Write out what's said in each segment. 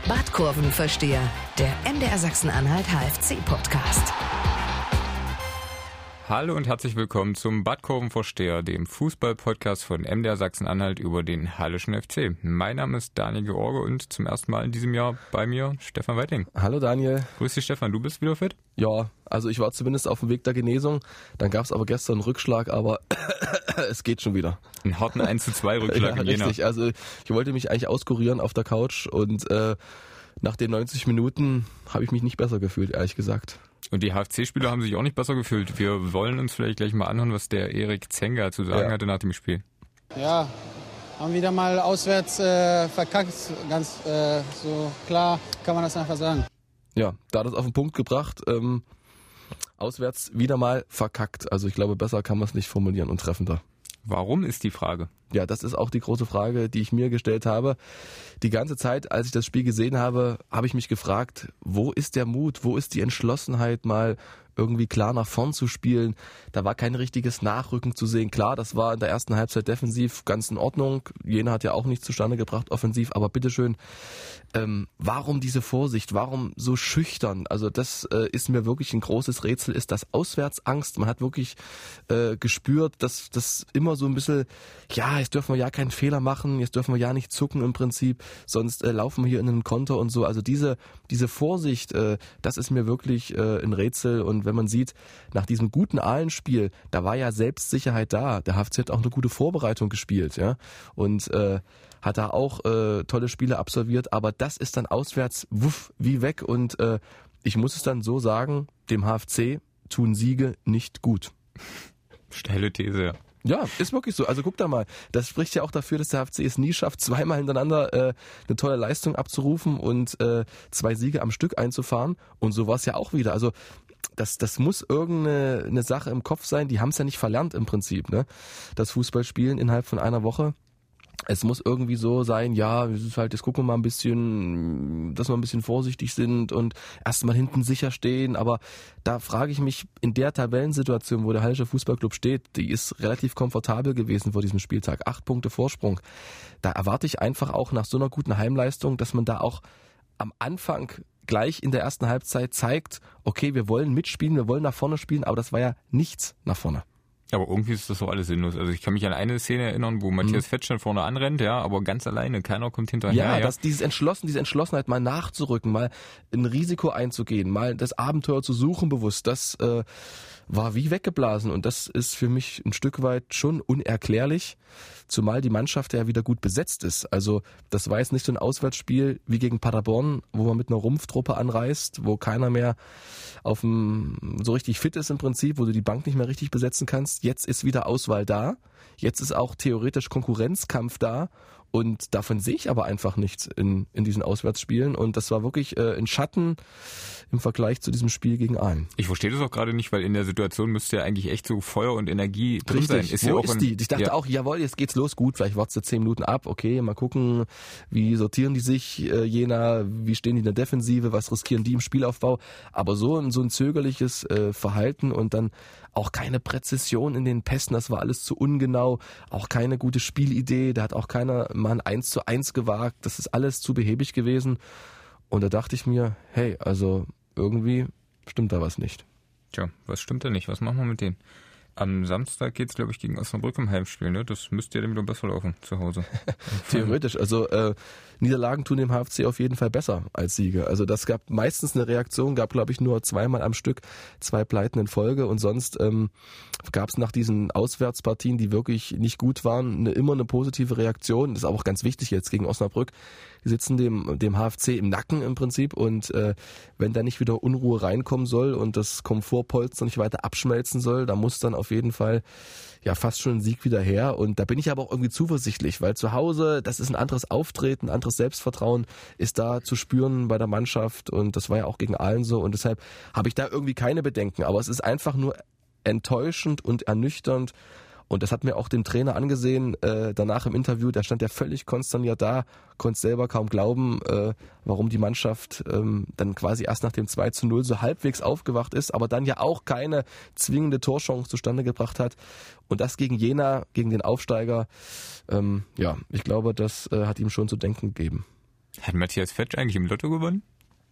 Badkurvenversteher, der MDR Sachsen-Anhalt HFC-Podcast. Hallo und herzlich willkommen zum Badkurvenversteher, dem Fußball-Podcast von MDR Sachsen-Anhalt über den Hallischen FC. Mein Name ist Daniel George und zum ersten Mal in diesem Jahr bei mir Stefan Weiting. Hallo Daniel. Grüß dich Stefan, du bist wieder fit? Ja, also ich war zumindest auf dem Weg der Genesung, dann gab es aber gestern einen Rückschlag, aber es geht schon wieder. Einen harten 1:2 Rückschlag in Jena. Richtig, also ich wollte mich eigentlich auskurieren auf der Couch und nach den 90 Minuten habe ich mich nicht besser gefühlt, ehrlich gesagt. Und die HFC-Spieler haben sich auch nicht besser gefühlt. Wir wollen uns vielleicht gleich mal anhören, was der Erik Zenga zu sagen hatte nach dem Spiel. Ja, haben wieder mal auswärts verkackt, ganz so klar kann man das einfach sagen. Ja, da hat es auf den Punkt gebracht, auswärts wieder mal verkackt. Also ich glaube, besser kann man es nicht formulieren und treffender. Warum ist die Frage? Ja, das ist auch die große Frage, die ich mir gestellt habe. Die ganze Zeit, als ich das Spiel gesehen habe, habe ich mich gefragt, wo ist der Mut, wo ist die Entschlossenheit, mal irgendwie klar nach vorn zu spielen. Da war kein richtiges Nachrücken zu sehen. Klar, das war in der ersten Halbzeit defensiv ganz in Ordnung. Jena hat ja auch nichts zustande gebracht, offensiv. Aber bitteschön, warum diese Vorsicht? Warum so schüchtern? Also das ist mir wirklich ein großes Rätsel. Ist das Auswärtsangst? Man hat wirklich gespürt, dass das immer so ein bisschen, ja, jetzt dürfen wir ja keinen Fehler machen, jetzt dürfen wir ja nicht zucken im Prinzip, sonst laufen wir hier in einen Konter und so. Also diese Vorsicht, das ist mir wirklich ein Rätsel. Und wenn man sieht, nach diesem guten Ahlen-Spiel, da war ja Selbstsicherheit da. Der HFC hat auch eine gute Vorbereitung gespielt, ja, und hat da auch tolle Spiele absolviert. Aber das ist dann auswärts wie weg. Und ich muss es dann so sagen, dem HFC tun Siege nicht gut. Steile These, ja. Ja, ist wirklich so. Also guck da mal, das spricht ja auch dafür, dass der HFC es nie schafft, zweimal hintereinander eine tolle Leistung abzurufen und 2 Siege am Stück einzufahren. Und so war es ja auch wieder. Also das muss irgendeine Sache im Kopf sein, die haben es ja nicht verlernt im Prinzip, ne? Das Fußballspielen innerhalb von einer Woche. Es muss irgendwie so sein, ja, es ist halt, jetzt gucken wir mal ein bisschen, dass wir ein bisschen vorsichtig sind und erstmal hinten sicher stehen. Aber da frage ich mich, in der Tabellensituation, wo der Hallische Fußballclub steht, die ist relativ komfortabel gewesen vor diesem Spieltag. 8 Punkte Vorsprung. Da erwarte ich einfach auch nach so einer guten Heimleistung, dass man da auch am Anfang gleich in der ersten Halbzeit zeigt, okay, wir wollen mitspielen, wir wollen nach vorne spielen, aber das war ja nichts nach vorne. Aber irgendwie ist das so alles sinnlos. Also ich kann mich an eine Szene erinnern, wo Matthias Vetschner vorne anrennt, ja, aber ganz alleine, keiner kommt hinterher. Ja, diese Entschlossenheit, mal nachzurücken, mal ein Risiko einzugehen, mal das Abenteuer zu suchen bewusst, das war wie weggeblasen und das ist für mich ein Stück weit schon unerklärlich, zumal die Mannschaft ja wieder gut besetzt ist. Also das war jetzt nicht so ein Auswärtsspiel wie gegen Paderborn, wo man mit einer Rumpftruppe anreist, wo keiner mehr so richtig fit ist im Prinzip, wo du die Bank nicht mehr richtig besetzen kannst. Jetzt ist wieder Auswahl da, jetzt ist auch theoretisch Konkurrenzkampf da. Und davon sehe ich aber einfach nichts in diesen Auswärtsspielen. Und das war wirklich ein Schatten im Vergleich zu diesem Spiel gegen Aalen. Ich verstehe das auch gerade nicht, weil in der Situation müsste ja eigentlich echt so Feuer und Energie drin sein. Ist ja auch ist die? Ich dachte auch, jawohl, jetzt geht's los, gut, vielleicht wartest du 10 Minuten ab, okay, mal gucken, wie sortieren die sich, Jena, wie stehen die in der Defensive, was riskieren die im Spielaufbau. Aber so ein zögerliches Verhalten und dann auch keine Präzision in den Pässen, das war alles zu ungenau, auch keine gute Spielidee, da hat auch keiner mal ein 1:1 gewagt, das ist alles zu behäbig gewesen. Und da dachte ich mir, hey, also irgendwie stimmt da was nicht. Tja, was stimmt da nicht? Was machen wir mit denen? Am Samstag geht's, glaube ich, gegen Osnabrück im Heimspiel, ne? Das müsste ja dann wieder besser laufen zu Hause. Theoretisch, also Niederlagen tun dem HFC auf jeden Fall besser als Siege. Also das gab meistens eine Reaktion, gab glaube ich nur 2-mal am Stück 2 Pleiten in Folge und sonst gab es nach diesen Auswärtspartien, die wirklich nicht gut waren, immer eine positive Reaktion. Das ist auch ganz wichtig jetzt gegen Osnabrück. Die sitzen dem HFC im Nacken im Prinzip und wenn da nicht wieder Unruhe reinkommen soll und das Komfortpolster nicht weiter abschmelzen soll, da muss dann auf jeden Fall ja fast schon ein Sieg wieder her. Und da bin ich aber auch irgendwie zuversichtlich, weil zu Hause, das ist ein anderes Auftreten, ein anderes Selbstvertrauen ist da zu spüren bei der Mannschaft und das war ja auch gegen Aalen so und deshalb habe ich da irgendwie keine Bedenken. Aber es ist einfach nur enttäuschend und ernüchternd. Und das hat mir auch dem Trainer angesehen, danach im Interview, der stand ja völlig konsterniert da, konnte selber kaum glauben, warum die Mannschaft dann quasi erst nach dem 2:0 so halbwegs aufgewacht ist, aber dann ja auch keine zwingende Torchance zustande gebracht hat. Und das gegen Jena, gegen den Aufsteiger, ja, ich glaube, das hat ihm schon zu denken gegeben. Hat Matthias Fetsch eigentlich im Lotto gewonnen?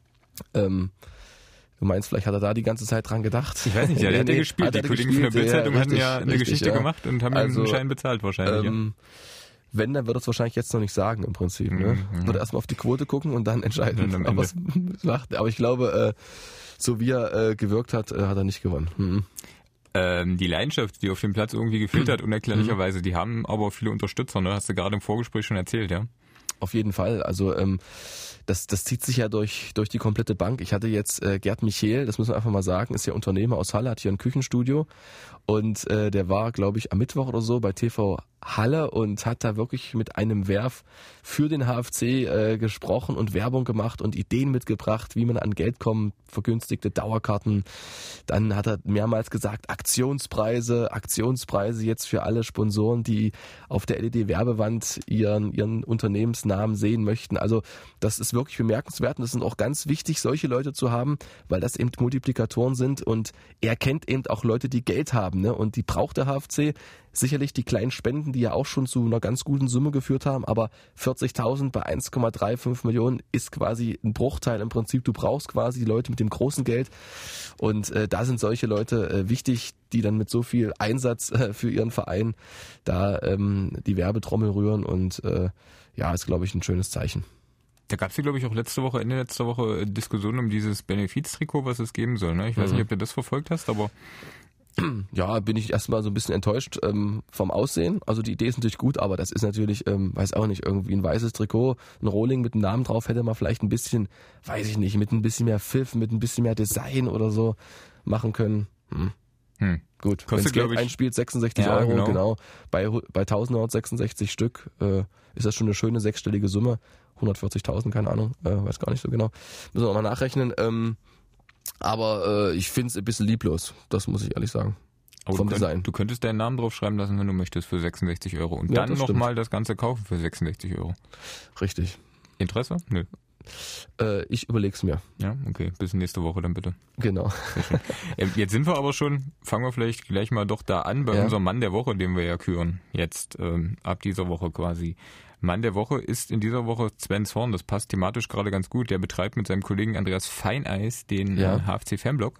Du meinst, vielleicht hat er da die ganze Zeit dran gedacht? Ich weiß nicht, der hat ja gespielt. Die Kollegen von der Bild-Zeitung hatten ja eine Geschichte gemacht und haben ihm einen Schein bezahlt wahrscheinlich. Wenn, dann wird er es wahrscheinlich jetzt noch nicht sagen im Prinzip. Ne? Wird erstmal auf die Quote gucken und dann entscheiden, ob er es macht. Aber ich glaube, so wie er gewirkt hat, hat er nicht gewonnen. Die Leidenschaft, die auf dem Platz irgendwie gefehlt hat, unerklärlicherweise, die haben aber viele Unterstützer, ne? Hast du gerade im Vorgespräch schon erzählt, ja? Auf jeden Fall. Also das zieht sich ja durch die komplette Bank. Ich hatte jetzt Gerd Michel, das muss man einfach mal sagen, ist ja Unternehmer aus Halle, hat hier ein Küchenstudio und der war, glaube ich, am Mittwoch oder so bei TV Halle und hat da wirklich mit einem Werf für den HFC gesprochen und Werbung gemacht und Ideen mitgebracht, wie man an Geld kommt, vergünstigte Dauerkarten. Dann hat er mehrmals gesagt, Aktionspreise jetzt für alle Sponsoren, die auf der LED-Werbewand ihren Unternehmensnamen sehen möchten. Also das ist wirklich bemerkenswert und das ist auch ganz wichtig, solche Leute zu haben, weil das eben Multiplikatoren sind und er kennt eben auch Leute, die Geld haben, ne? Und die braucht der HFC. Sicherlich die kleinen Spenden, die ja auch schon zu einer ganz guten Summe geführt haben, aber 40.000 bei 1,35 Millionen ist quasi ein Bruchteil im Prinzip. Du brauchst quasi die Leute mit dem großen Geld und da sind solche Leute wichtig, die dann mit so viel Einsatz für ihren Verein da die Werbetrommel rühren und ist, glaube ich, ein schönes Zeichen. Da gab es ja, glaube ich, auch Ende letzter Woche Diskussionen um dieses Benefiztrikot, was es geben soll. Ne? Ich weiß nicht, ob du das verfolgt hast, aber... Ja, bin ich erstmal so ein bisschen enttäuscht vom Aussehen. Also die Idee ist natürlich gut, aber das ist natürlich, weiß auch nicht, irgendwie ein weißes Trikot, ein Rohling mit einem Namen drauf, hätte man vielleicht ein bisschen, weiß ich nicht, mit ein bisschen mehr Pfiff, mit ein bisschen mehr Design oder so machen können. Gut, wenn das Geld einspielt, 66 Euro, genau. Bei 1966 Stück ist das schon eine schöne sechsstellige Summe. 140.000, keine Ahnung, weiß gar nicht so genau. Müssen wir nochmal nachrechnen. Aber ich finde es ein bisschen lieblos, das muss ich ehrlich sagen. Aber vom Design. Du könntest deinen Namen drauf schreiben lassen, wenn du möchtest, für 66 Euro. Und dann nochmal das Ganze kaufen für 66 Euro. Richtig. Interesse? Nö. Ich überleg's mir. Ja, okay. Bis nächste Woche dann bitte. Genau. Jetzt sind wir aber schon, fangen wir vielleicht gleich mal doch da an, bei unserem Mann der Woche, den wir ja küren. Jetzt ab dieser Woche quasi. Mann der Woche ist in dieser Woche Sven Zorn. Das passt thematisch gerade ganz gut. Der betreibt mit seinem Kollegen Andreas Feineis den HFC-Fanblog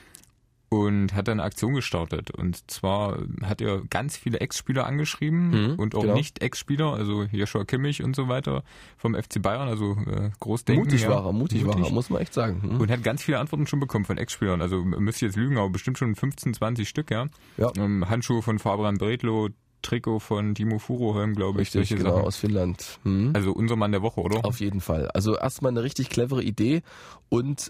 und hat eine Aktion gestartet. Und zwar hat er ganz viele Ex-Spieler angeschrieben und auch Nicht-Ex-Spieler, also Joshua Kimmich und so weiter vom FC Bayern, also Großdenken. Mutig war er, muss man echt sagen. Und hat ganz viele Antworten schon bekommen von Ex-Spielern. Also müsste jetzt lügen, aber bestimmt schon 15, 20 Stück, ja. Handschuhe von Fabian Bredlow, Trikot von Timo Furuholm, glaube ich. Richtig, genau, aus Finnland. Also unser Mann der Woche, oder? Auf jeden Fall. Also erstmal eine richtig clevere Idee und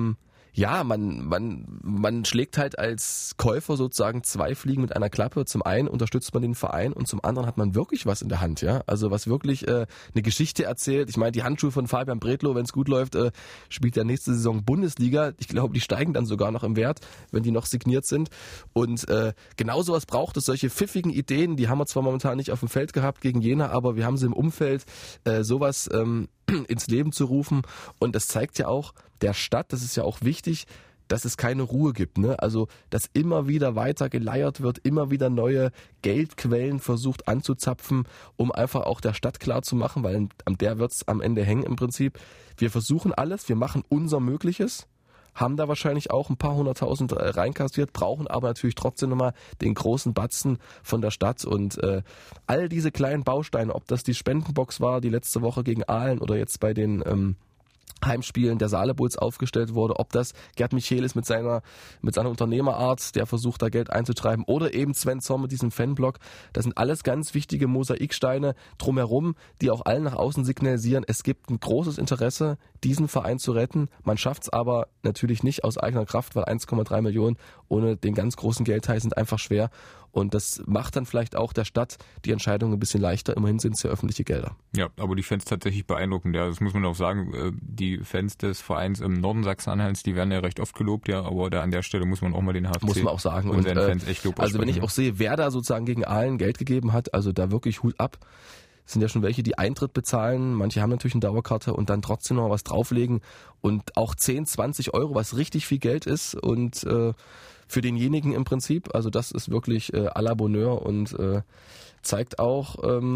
man schlägt halt als Käufer sozusagen zwei Fliegen mit einer Klappe. Zum einen unterstützt man den Verein und zum anderen hat man wirklich was in der Hand, ja. Also was wirklich eine Geschichte erzählt. Ich meine, die Handschuhe von Fabian Bredlow, wenn es gut läuft, spielt der nächste Saison Bundesliga. Ich glaube, die steigen dann sogar noch im Wert, wenn die noch signiert sind. Und genau sowas braucht es, solche pfiffigen Ideen, die haben wir zwar momentan nicht auf dem Feld gehabt gegen Jena, aber wir haben sie im Umfeld, sowas ins Leben zu rufen. Und das zeigt ja auch der Stadt, das ist ja auch wichtig, dass es keine Ruhe gibt, ne? Also, dass immer wieder weiter geleiert wird, immer wieder neue Geldquellen versucht anzuzapfen, um einfach auch der Stadt klar zu machen, weil an der wird's am Ende hängen im Prinzip. Wir versuchen alles, wir machen unser Mögliches, haben da wahrscheinlich auch ein paar 100.000 reinkassiert, brauchen aber natürlich trotzdem nochmal den großen Batzen von der Stadt und all diese kleinen Bausteine, ob das die Spendenbox war, die letzte Woche gegen Aalen oder jetzt bei den Heimspielen der Saale Bulls aufgestellt wurde, ob das Gerd Michelis mit seiner Unternehmerart, der versucht da Geld einzutreiben, oder eben Sven Zorn mit diesem Fanblog, das sind alles ganz wichtige Mosaiksteine drumherum, die auch allen nach außen signalisieren, es gibt ein großes Interesse, diesen Verein zu retten. Man schafft es aber natürlich nicht aus eigener Kraft, weil 1,3 Millionen ohne den ganz großen Geldteil sind einfach schwer. Und das macht dann vielleicht auch der Stadt die Entscheidung ein bisschen leichter. Immerhin sind es ja öffentliche Gelder. Ja, aber die Fans tatsächlich beeindruckend. Ja, das muss man auch sagen. Die Fans des Vereins im Norden Sachsen-Anhalts, die werden ja recht oft gelobt, ja. Aber da an der Stelle muss man auch mal den HFC muss man auch sagen. Und seinen Fans echt Lob also wenn ich auch sehe, wer da sozusagen gegen Aalen Geld gegeben hat, also da wirklich Hut ab. Es sind ja schon welche, die Eintritt bezahlen. Manche haben natürlich eine Dauerkarte und dann trotzdem noch was drauflegen. Und auch 10, 20 Euro, was richtig viel Geld ist. Und für denjenigen im Prinzip, also das ist wirklich à la Bonheur und zeigt auch,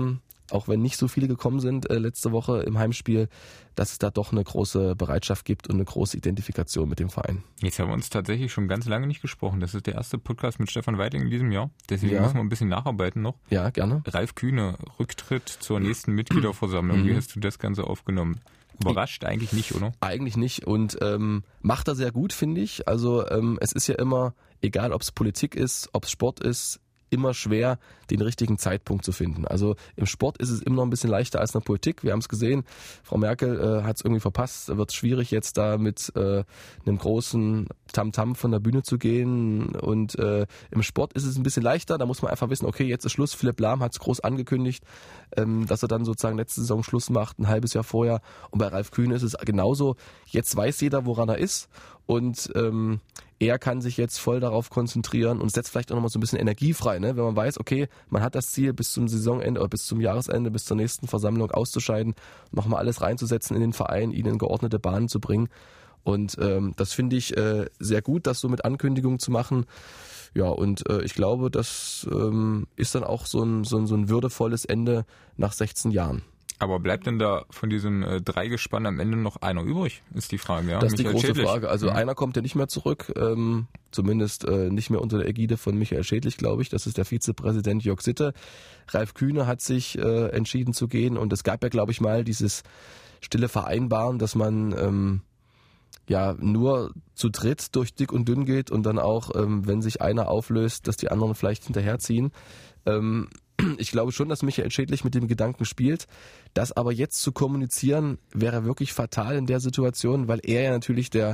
auch wenn nicht so viele gekommen sind letzte Woche im Heimspiel, dass es da doch eine große Bereitschaft gibt und eine große Identifikation mit dem Verein. Jetzt haben wir uns tatsächlich schon ganz lange nicht gesprochen. Das ist der erste Podcast mit Stefan Weidling in diesem Jahr. Deswegen müssen wir ein bisschen nacharbeiten noch. Ja, gerne. Ralf Kühne, Rücktritt zur nächsten Mitgliederversammlung. Wie hast du das Ganze aufgenommen? Überrascht eigentlich nicht, oder? Eigentlich nicht und macht er sehr gut, finde ich. Also es ist ja immer, egal ob es Politik ist, ob es Sport ist, immer schwer, den richtigen Zeitpunkt zu finden. Also im Sport ist es immer noch ein bisschen leichter als in der Politik. Wir haben es gesehen, Frau Merkel hat es irgendwie verpasst. Wird schwierig jetzt da mit einem großen Tamtam von der Bühne zu gehen. Und im Sport ist es ein bisschen leichter. Da muss man einfach wissen, okay, jetzt ist Schluss. Philipp Lahm hat es groß angekündigt, dass er dann sozusagen letzte Saison Schluss macht, ein halbes Jahr vorher. Und bei Ralf Kühne ist es genauso. Jetzt weiß jeder, woran er ist. Und er kann sich jetzt voll darauf konzentrieren und setzt vielleicht auch nochmal so ein bisschen Energie frei, ne? Wenn man weiß, okay, man hat das Ziel bis zum Saisonende oder bis zum Jahresende, bis zur nächsten Versammlung auszuscheiden, nochmal alles reinzusetzen in den Verein, ihn in geordnete Bahnen zu bringen. Und das finde ich sehr gut, das so mit Ankündigungen zu machen. Ja, und ich glaube, das ist dann auch so ein würdevolles Ende nach 16 Jahren. Aber bleibt denn da von diesem Dreigespann am Ende noch einer übrig, ist die Frage. Ja? Das ist die große Schädlich. Frage. Also einer kommt ja nicht mehr zurück, zumindest nicht mehr unter der Ägide von Michael Schädlich, glaube ich. Das ist der Vizepräsident Jörg Sitte. Ralf Kühne hat sich entschieden zu gehen und es gab ja, glaube ich, mal dieses stille Vereinbaren, dass man nur zu dritt durch dick und dünn geht und dann auch, wenn sich einer auflöst, dass die anderen vielleicht hinterherziehen. Ich glaube schon, dass Michael Schädlich mit dem Gedanken spielt. Das aber jetzt zu kommunizieren, wäre wirklich fatal in der Situation, weil er ja natürlich der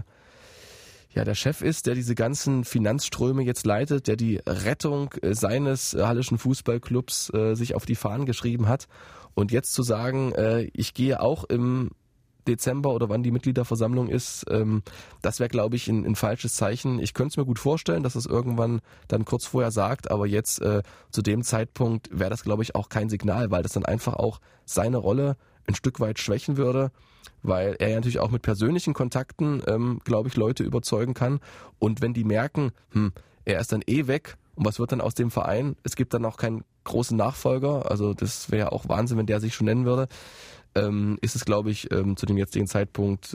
Chef ist, der diese ganzen Finanzströme jetzt leitet, der die Rettung seines Hallischen Fußballclubs sich auf die Fahnen geschrieben hat. Und jetzt zu sagen, ich gehe auch im Dezember oder wann die Mitgliederversammlung ist, das wäre, glaube ich, ein falsches Zeichen. Ich könnte es mir gut vorstellen, dass es irgendwann dann kurz vorher sagt, aber jetzt zu dem Zeitpunkt wäre das, glaube ich, auch kein Signal, weil das dann einfach auch seine Rolle ein Stück weit schwächen würde, weil er ja natürlich auch mit persönlichen Kontakten, glaube ich, Leute überzeugen kann. Und wenn die merken, er ist dann weg und was wird dann aus dem Verein? Es gibt dann auch keinen großen Nachfolger, also das wäre ja auch Wahnsinn, wenn der sich schon nennen würde. Ist es, glaube ich, zu dem jetzigen Zeitpunkt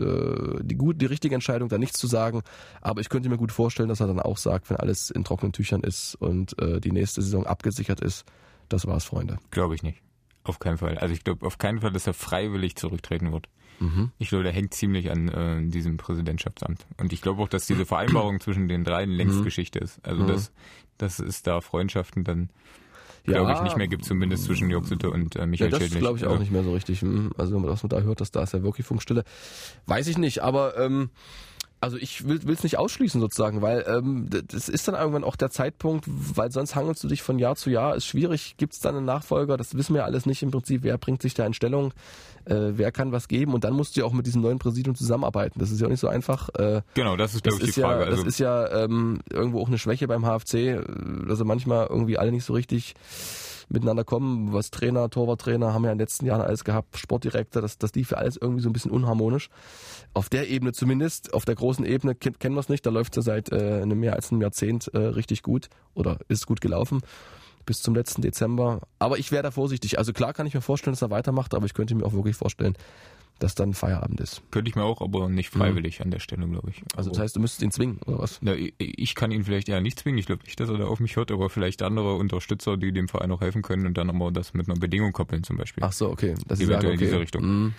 die richtige Entscheidung, da nichts zu sagen. Aber ich könnte mir gut vorstellen, dass er dann auch sagt, wenn alles in trockenen Tüchern ist und die nächste Saison abgesichert ist, das war's, Freunde. Glaube ich nicht. Auf keinen Fall. Also ich glaube auf keinen Fall, dass er freiwillig zurücktreten wird. Ich glaube, der hängt ziemlich an diesem Präsidentschaftsamt. Und ich glaube auch, dass diese Vereinbarung zwischen den dreien längst Geschichte ist. Also dass es da Freundschaften dann glaube ich, nicht mehr gibt, zumindest zwischen Jörg Sitte und Michael Schädlich. Das glaube ich auch nicht mehr so richtig. Also was man da hört, da ist ja wirklich Funkstille. Weiß ich nicht, aber also ich will es nicht ausschließen sozusagen, weil das ist dann irgendwann auch der Zeitpunkt, weil sonst hangelst du dich von Jahr zu Jahr, ist schwierig, gibt es dann einen Nachfolger, das wissen wir alles nicht im Prinzip, wer bringt sich da in Stellung, wer kann was geben und dann musst du ja auch mit diesem neuen Präsidium zusammenarbeiten, das ist ja auch nicht so einfach. Genau, das ist glaube ich die Frage. Das ist ja irgendwo auch eine Schwäche beim HFC, dass manchmal irgendwie alle nicht so richtig miteinander kommen, was Trainer, Torwarttrainer haben ja in den letzten Jahren alles gehabt, Sportdirektor, das lief für alles irgendwie so ein bisschen unharmonisch. Auf der Ebene zumindest, auf der großen Ebene kennen wir es nicht, da läuft es ja seit mehr als einem Jahrzehnt richtig gut oder ist gut gelaufen bis zum letzten Dezember. Aber ich wäre da vorsichtig. Also klar kann ich mir vorstellen, dass er weitermacht, aber ich könnte mir auch wirklich vorstellen, dass dann Feierabend ist. Könnte ich mir auch, aber nicht freiwillig an der Stelle, glaube ich. Also das heißt, du müsstest ihn zwingen, oder was? Na, ich kann ihn vielleicht eher nicht zwingen. Ich glaube nicht, dass er da auf mich hört, aber vielleicht andere Unterstützer, die dem Verein auch helfen können und dann aber das mit einer Bedingung koppeln zum Beispiel. Ach so, okay. Das ist in diese Richtung.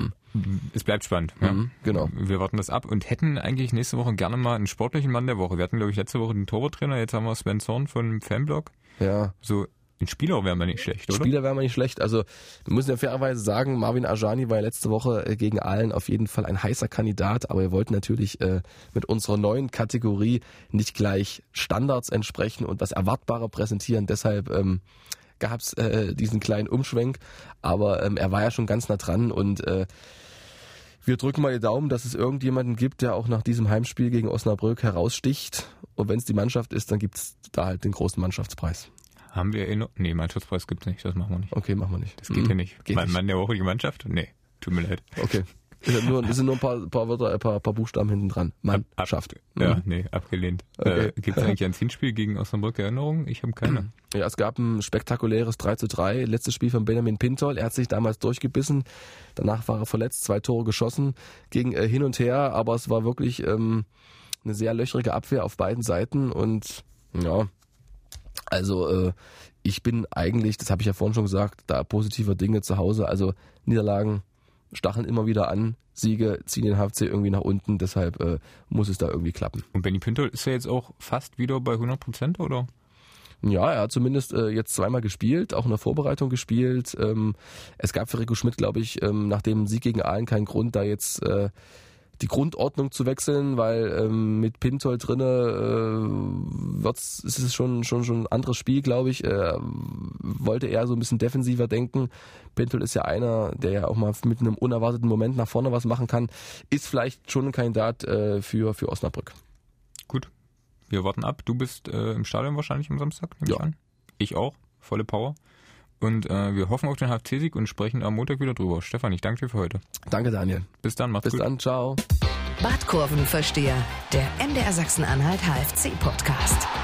Es bleibt spannend. Ja. Genau. Wir warten das ab und hätten eigentlich nächste Woche gerne mal einen sportlichen Mann der Woche. Wir hatten, glaube ich, letzte Woche den Torwarttrainer, jetzt haben wir Sven Zorn vom Fanblog. Ja. So, ein Spieler wäre mal nicht schlecht, oder? Spieler wäre mal nicht schlecht. Also wir müssen ja fairerweise sagen, Marvin Ajani war ja letzte Woche gegen Aalen auf jeden Fall ein heißer Kandidat, aber wir wollten natürlich mit unserer neuen Kategorie nicht gleich Standards entsprechen und das Erwartbare präsentieren. Deshalb gab es diesen kleinen Umschwenk, aber er war ja schon ganz nah dran und wir drücken mal die Daumen, dass es irgendjemanden gibt, der auch nach diesem Heimspiel gegen Osnabrück heraussticht. Und wenn es die Mannschaft ist, dann gibt es da halt den großen Mannschaftspreis. Haben wir Nee, Mannschaftspreis gibt's nicht, das machen wir nicht. Okay, machen wir nicht. Das geht ja nicht. Mann der Woche die Mannschaft? Nee, tut mir leid. Okay. Es sind nur ein paar Wörter, ein paar Buchstaben hinten dran. Mannschaft. Ja, nee, abgelehnt. Okay. Gibt es eigentlich ein Hinspiel gegen Osnabrück Erinnerungen? Ich habe keine. Ja, es gab ein spektakuläres 3:3, letztes Spiel von Benjamin Pintol. Er hat sich damals durchgebissen. Danach war er verletzt, 2 Tore geschossen, ging hin und her, aber es war wirklich eine sehr löchrige Abwehr auf beiden Seiten und ja, also ich bin eigentlich, das habe ich ja vorhin schon gesagt, da positiver Dinge zu Hause. Also Niederlagen stacheln immer wieder an, Siege ziehen den HFC irgendwie nach unten, deshalb muss es da irgendwie klappen. Und Benny Pintol ist ja jetzt auch fast wieder bei 100%, oder? Ja, er hat zumindest jetzt zweimal gespielt, auch in der Vorbereitung gespielt. Es gab für Rico Schmidt, glaube ich, nach dem Sieg gegen Aalen keinen Grund, da jetzt die Grundordnung zu wechseln, weil mit Pintol drinne ist es schon ein anderes Spiel, glaube ich. Wollte eher so ein bisschen defensiver denken. Pintol ist ja einer, der ja auch mal mit einem unerwarteten Moment nach vorne was machen kann. Ist vielleicht schon ein Kandidat für Osnabrück. Gut. Wir warten ab. Du bist im Stadion wahrscheinlich am Samstag, nehme ich an. Ich auch. Volle Power. Und wir hoffen auf den HFC-Sieg und sprechen am Montag wieder drüber. Stefan, ich danke dir für heute. Danke, Daniel. Bis dann, mach's gut. Bis dann, ciao. Badkurvenversteher, der MDR Sachsen-Anhalt HFC-Podcast.